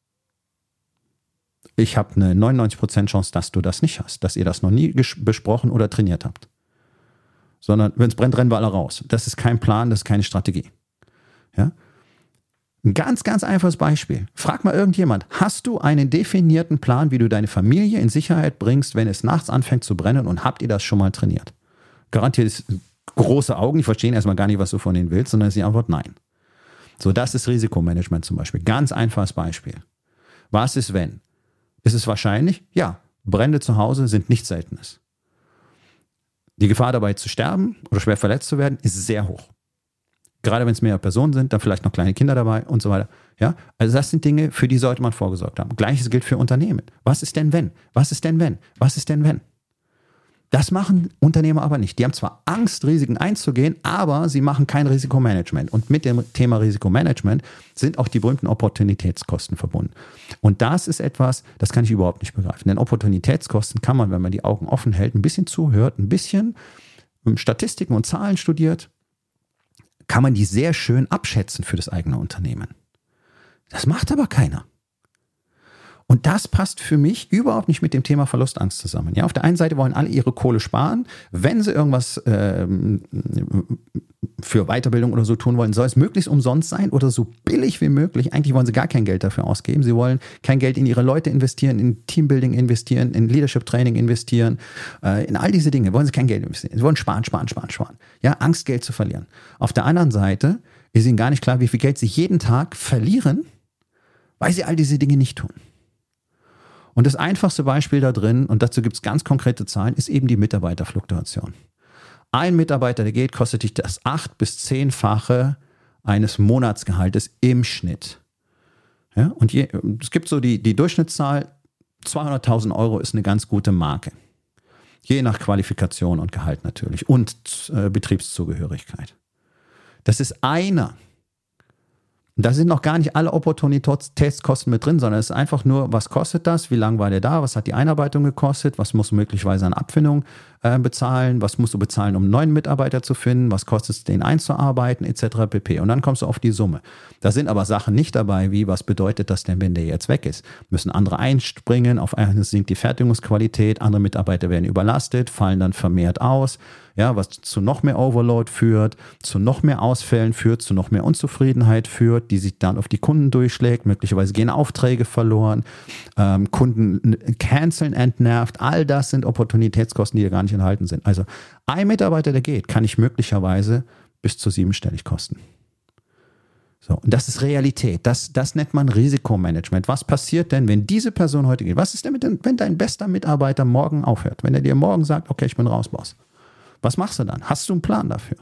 Ich habe eine neunundneunzig Prozent Chance, dass du das nicht hast, dass ihr das noch nie besprochen oder trainiert habt. Sondern wenn es brennt, rennen wir alle raus. Das ist kein Plan, das ist keine Strategie. Ja? Ein ganz, ganz einfaches Beispiel. Frag mal irgendjemand, hast du einen definierten Plan, wie du deine Familie in Sicherheit bringst, wenn es nachts anfängt zu brennen und habt ihr das schon mal trainiert? Garantiert ist große Augen, die verstehen erstmal gar nicht, was du von ihnen willst, sondern ist die Antwort nein. So, das ist Risikomanagement zum Beispiel. Ganz einfaches Beispiel. Was ist, wenn? Ist es wahrscheinlich? Ja, Brände zu Hause sind nichts Seltenes. Die Gefahr dabei zu sterben oder schwer verletzt zu werden ist sehr hoch. Gerade wenn es mehrere Personen sind, dann vielleicht noch kleine Kinder dabei und so weiter. Ja, also das sind Dinge, für die sollte man vorgesorgt haben. Gleiches gilt für Unternehmen. Was ist denn wenn? Was ist denn wenn? Was ist denn wenn? Das machen Unternehmer aber nicht. Die haben zwar Angst, Risiken einzugehen, aber sie machen kein Risikomanagement. Und mit dem Thema Risikomanagement sind auch die berühmten Opportunitätskosten verbunden. Und das ist etwas, das kann ich überhaupt nicht begreifen. Denn Opportunitätskosten kann man, wenn man die Augen offen hält, ein bisschen zuhört, ein bisschen Statistiken und Zahlen studiert, kann man die sehr schön abschätzen für das eigene Unternehmen. Das macht aber keiner. Und das passt für mich überhaupt nicht mit dem Thema Verlustangst zusammen. Ja, auf der einen Seite wollen alle ihre Kohle sparen. Wenn sie irgendwas ähm, für Weiterbildung oder so tun wollen, soll es möglichst umsonst sein oder so billig wie möglich. Eigentlich wollen sie gar kein Geld dafür ausgeben. Sie wollen kein Geld in ihre Leute investieren, in Teambuilding investieren, in Leadership Training investieren, äh, in all diese Dinge wollen sie kein Geld investieren. Sie wollen sparen, sparen, sparen, sparen. Ja, Angst, Geld zu verlieren. Auf der anderen Seite ist ihnen gar nicht klar, wie viel Geld sie jeden Tag verlieren, weil sie all diese Dinge nicht tun. Und das einfachste Beispiel da drin, und dazu gibt es ganz konkrete Zahlen, ist eben die Mitarbeiterfluktuation. Ein Mitarbeiter, der geht, kostet dich das acht- bis zehnfache eines Monatsgehaltes im Schnitt. Ja, und je, es gibt so die, die Durchschnittszahl, zweihunderttausend Euro ist eine ganz gute Marke. Je nach Qualifikation und Gehalt natürlich und äh, Betriebszugehörigkeit. Das ist einer. Da sind noch gar nicht alle Opportunitätskosten mit drin, sondern es ist einfach nur, was kostet das, wie lange war der da, was hat die Einarbeitung gekostet, was musst du möglicherweise an Abfindung äh, bezahlen, was musst du bezahlen, um einen neuen Mitarbeiter zu finden, was kostet es, den einzuarbeiten, et cetera pp. Und dann kommst du auf die Summe. Da sind aber Sachen nicht dabei, wie, was bedeutet das denn, wenn der jetzt weg ist? Müssen andere einspringen, auf einmal sinkt die Fertigungsqualität, andere Mitarbeiter werden überlastet, fallen dann vermehrt aus. Ja, was zu noch mehr Overload führt, zu noch mehr Ausfällen führt, zu noch mehr Unzufriedenheit führt, die sich dann auf die Kunden durchschlägt. Möglicherweise gehen Aufträge verloren, ähm, Kunden canceln, entnervt. All das sind Opportunitätskosten, die ja gar nicht enthalten sind. Also ein Mitarbeiter, der geht, kann ich möglicherweise bis zu siebenstellig kosten. So, und das ist Realität. Das, das nennt man Risikomanagement. Was passiert denn, wenn diese Person heute geht? Was ist denn, mit den, wenn dein bester Mitarbeiter morgen aufhört? Wenn er dir morgen sagt, okay, ich bin raus, Boss. Was machst du dann? Hast du einen Plan dafür?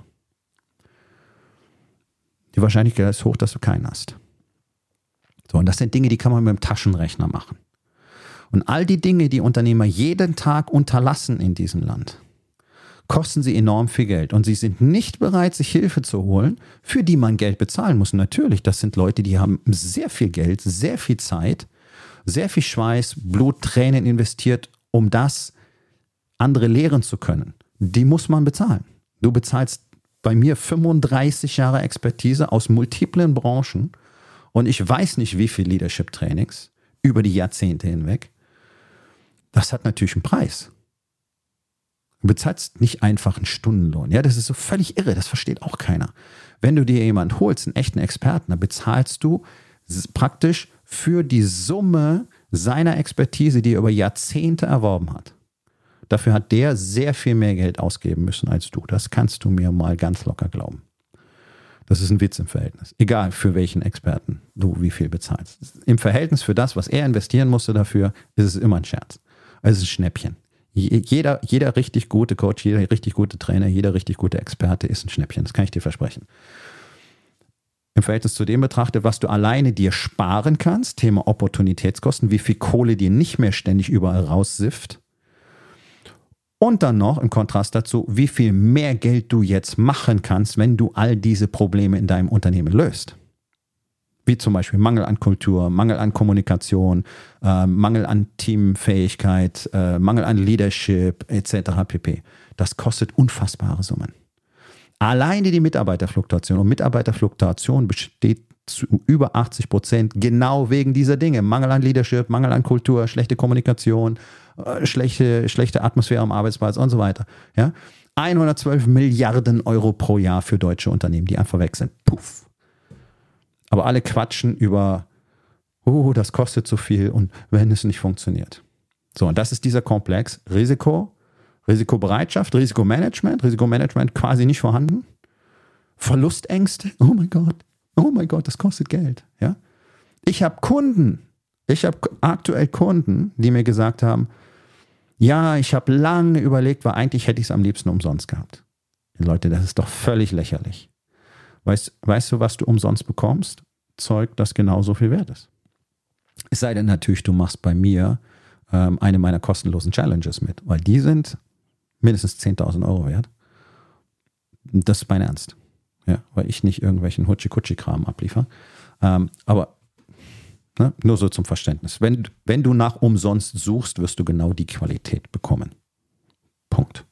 Die Wahrscheinlichkeit ist hoch, dass du keinen hast. So, und das sind Dinge, die kann man mit dem Taschenrechner machen. Und all die Dinge, die Unternehmer jeden Tag unterlassen in diesem Land, kosten sie enorm viel Geld. Und sie sind nicht bereit, sich Hilfe zu holen, für die man Geld bezahlen muss. Natürlich, das sind Leute, die haben sehr viel Geld, sehr viel Zeit, sehr viel Schweiß, Blut, Tränen investiert, um das andere lehren zu können. Die muss man bezahlen. Du bezahlst bei mir fünfunddreißig Jahre Expertise aus multiplen Branchen und ich weiß nicht, wie viel Leadership-Trainings über die Jahrzehnte hinweg. Das hat natürlich einen Preis. Du bezahlst nicht einfach einen Stundenlohn. Ja, das ist so völlig irre, das versteht auch keiner. Wenn du dir jemanden holst, einen echten Experten, dann bezahlst du praktisch für die Summe seiner Expertise, die er über Jahrzehnte erworben hat. Dafür hat der sehr viel mehr Geld ausgeben müssen als du. Das kannst du mir mal ganz locker glauben. Das ist ein Witz im Verhältnis. Egal für welchen Experten du wie viel bezahlst. Im Verhältnis für das, was er investieren musste dafür, ist es immer ein Scherz. Also es ist ein Schnäppchen. Jeder, jeder richtig gute Coach, jeder richtig gute Trainer, jeder richtig gute Experte ist ein Schnäppchen. Das kann ich dir versprechen. Im Verhältnis zu dem betrachtet, was du alleine dir sparen kannst, Thema Opportunitätskosten, wie viel Kohle dir nicht mehr ständig überall raussifft. Und dann noch im Kontrast dazu, wie viel mehr Geld du jetzt machen kannst, wenn du all diese Probleme in deinem Unternehmen löst. Wie zum Beispiel Mangel an Kultur, Mangel an Kommunikation, äh, Mangel an Teamfähigkeit, äh, Mangel an Leadership et cetera pp. Das kostet unfassbare Summen. Alleine die Mitarbeiterfluktuation. Und Mitarbeiterfluktuation besteht zu über achtzig Prozent genau wegen dieser Dinge. Mangel an Leadership, Mangel an Kultur, schlechte Kommunikation, äh, schlechte, schlechte Atmosphäre am Arbeitsplatz und so weiter. Ja? hundertzwölf Milliarden Euro pro Jahr für deutsche Unternehmen, die einfach weg sind. Puff. Aber alle quatschen über, oh, das kostet so viel und wenn es nicht funktioniert. So, und das ist dieser Komplex. Risiko, Risikobereitschaft, Risikomanagement, Risikomanagement quasi nicht vorhanden. Verlustängste, oh mein Gott, oh mein Gott, das kostet Geld. Ja? Ich habe Kunden, ich habe aktuell Kunden, die mir gesagt haben, ja, ich habe lange überlegt, weil eigentlich hätte ich es am liebsten umsonst gehabt. Leute, das ist doch völlig lächerlich. Weißt, weißt du, was du umsonst bekommst? Zeug, das genauso viel wert ist. Es sei denn natürlich, du machst bei mir ähm, eine meiner kostenlosen Challenges mit, weil die sind mindestens zehntausend Euro wert. Das ist mein Ernst. Ja, weil ich nicht irgendwelchen Hutschi-Kutschi-Kram abliefere. Ähm, aber ne, nur so zum Verständnis. Wenn, wenn du nach umsonst suchst, wirst du genau die Qualität bekommen. Punkt.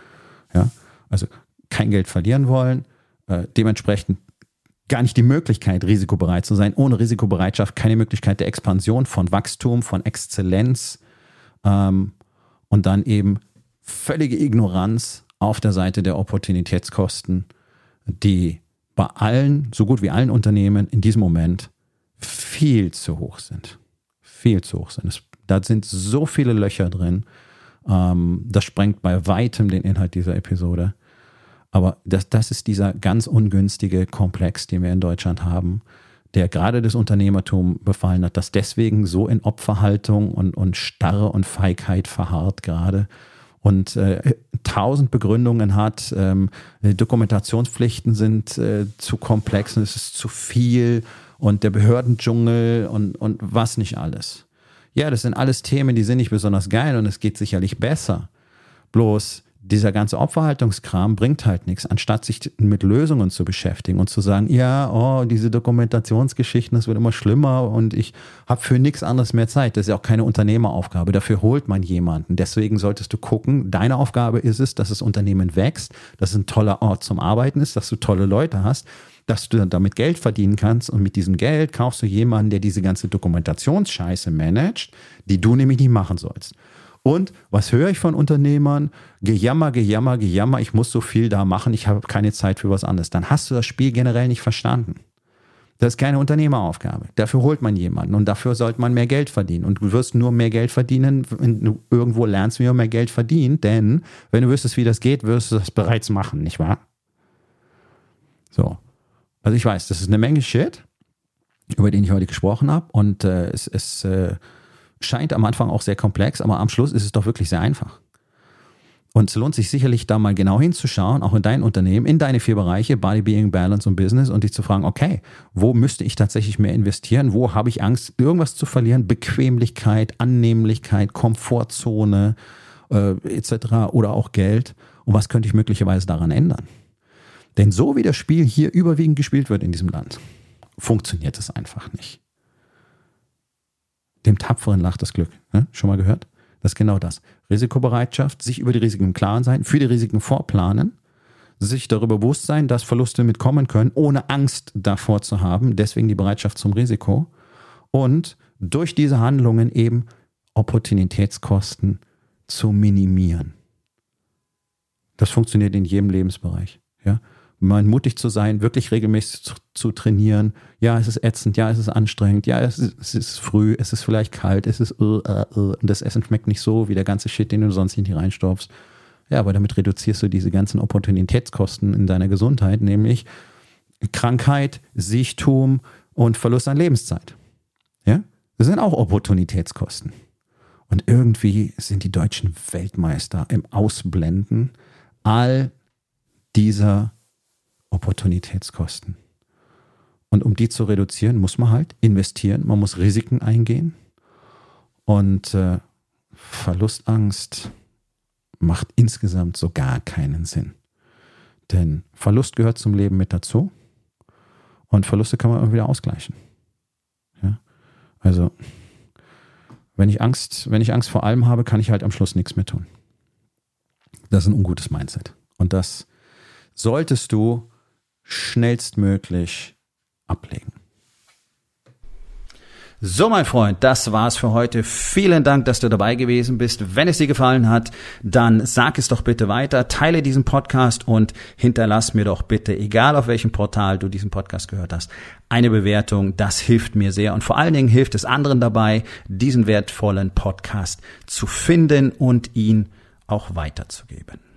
Ja, also kein Geld verlieren wollen, äh, dementsprechend gar nicht die Möglichkeit, risikobereit zu sein. Ohne Risikobereitschaft keine Möglichkeit der Expansion, von Wachstum, von Exzellenz ähm, und dann eben völlige Ignoranz auf der Seite der Opportunitätskosten, die bei allen, so gut wie allen Unternehmen in diesem Moment viel zu hoch sind. Viel zu hoch sind. Es, da sind so viele Löcher drin. Ähm, das sprengt bei weitem den Inhalt dieser Episode. Aber das, das ist dieser ganz ungünstige Komplex, den wir in Deutschland haben, der gerade das Unternehmertum befallen hat, das deswegen so in Opferhaltung und, und Starre und Feigheit verharrt gerade und äh, tausend Begründungen hat. Ähm, Dokumentationspflichten sind äh, zu komplex und es ist zu viel und der Behördendschungel und, und was nicht alles. Ja, das sind alles Themen, die sind nicht besonders geil und es geht sicherlich besser. Bloß dieser ganze Opferhaltungskram bringt halt nichts, anstatt sich mit Lösungen zu beschäftigen und zu sagen, ja, oh, diese Dokumentationsgeschichten, das wird immer schlimmer und ich habe für nichts anderes mehr Zeit. Das ist ja auch keine Unternehmeraufgabe, dafür holt man jemanden. Deswegen solltest du gucken, deine Aufgabe ist es, dass das Unternehmen wächst, dass es ein toller Ort zum Arbeiten ist, dass du tolle Leute hast, dass du damit Geld verdienen kannst und mit diesem Geld kaufst du jemanden, der diese ganze Dokumentationsscheiße managt, die du nämlich nicht machen sollst. Und was höre ich von Unternehmern? Gejammer, Gejammer, Gejammer, ich muss so viel da machen, ich habe keine Zeit für was anderes. Dann hast du das Spiel generell nicht verstanden. Das ist keine Unternehmeraufgabe. Dafür holt man jemanden und dafür sollte man mehr Geld verdienen. Und du wirst nur mehr Geld verdienen, wenn du irgendwo lernst, wie man mehr Geld verdient. Denn wenn du wüsstest, wie das geht, wirst du das bereits machen, nicht wahr? So. Also ich weiß, das ist eine Menge Shit, über den ich heute gesprochen habe. Und äh, es ist... Äh, scheint am Anfang auch sehr komplex, aber am Schluss ist es doch wirklich sehr einfach. Und es lohnt sich sicherlich da mal genau hinzuschauen, auch in dein Unternehmen, in deine vier Bereiche, Body, Being, Balance und Business und dich zu fragen, okay, wo müsste ich tatsächlich mehr investieren? Wo habe ich Angst, irgendwas zu verlieren? Bequemlichkeit, Annehmlichkeit, Komfortzone äh, et cetera oder auch Geld. Und was könnte ich möglicherweise daran ändern? Denn so wie das Spiel hier überwiegend gespielt wird in diesem Land, funktioniert es einfach nicht. Dem Tapferen lacht das Glück. Ne? Schon mal gehört? Das ist genau das. Risikobereitschaft, sich über die Risiken im Klaren sein, für die Risiken vorplanen, sich darüber bewusst sein, dass Verluste mitkommen können, ohne Angst davor zu haben, deswegen die Bereitschaft zum Risiko und durch diese Handlungen eben Opportunitätskosten zu minimieren. Das funktioniert in jedem Lebensbereich. Ja? Mal mutig zu sein, wirklich regelmäßig zu, zu trainieren. Ja, es ist ätzend, ja, es ist anstrengend, ja, es ist, es ist früh, es ist vielleicht kalt, es ist uh, uh, uh, und das Essen schmeckt nicht so wie der ganze Shit, den du sonst in die reinstopfst. Ja, aber damit reduzierst du diese ganzen Opportunitätskosten in deiner Gesundheit, nämlich Krankheit, Siechtum und Verlust an Lebenszeit. Ja, das sind auch Opportunitätskosten. Und irgendwie sind die Deutschen Weltmeister im Ausblenden all dieser Opportunitätskosten. Und um die zu reduzieren, muss man halt investieren, man muss Risiken eingehen und äh, Verlustangst macht insgesamt so gar keinen Sinn. Denn Verlust gehört zum Leben mit dazu und Verluste kann man irgendwie wieder ausgleichen. Ja? Also wenn ich Angst, wenn ich Angst vor allem habe, kann ich halt am Schluss nichts mehr tun. Das ist ein ungutes Mindset. Und das solltest du schnellstmöglich ablegen. So, mein Freund, das war's für heute. Vielen Dank, dass du dabei gewesen bist. Wenn es dir gefallen hat, dann sag es doch bitte weiter, teile diesen Podcast und hinterlass mir doch bitte, egal auf welchem Portal du diesen Podcast gehört hast, eine Bewertung. Das hilft mir sehr und vor allen Dingen hilft es anderen dabei, diesen wertvollen Podcast zu finden und ihn auch weiterzugeben.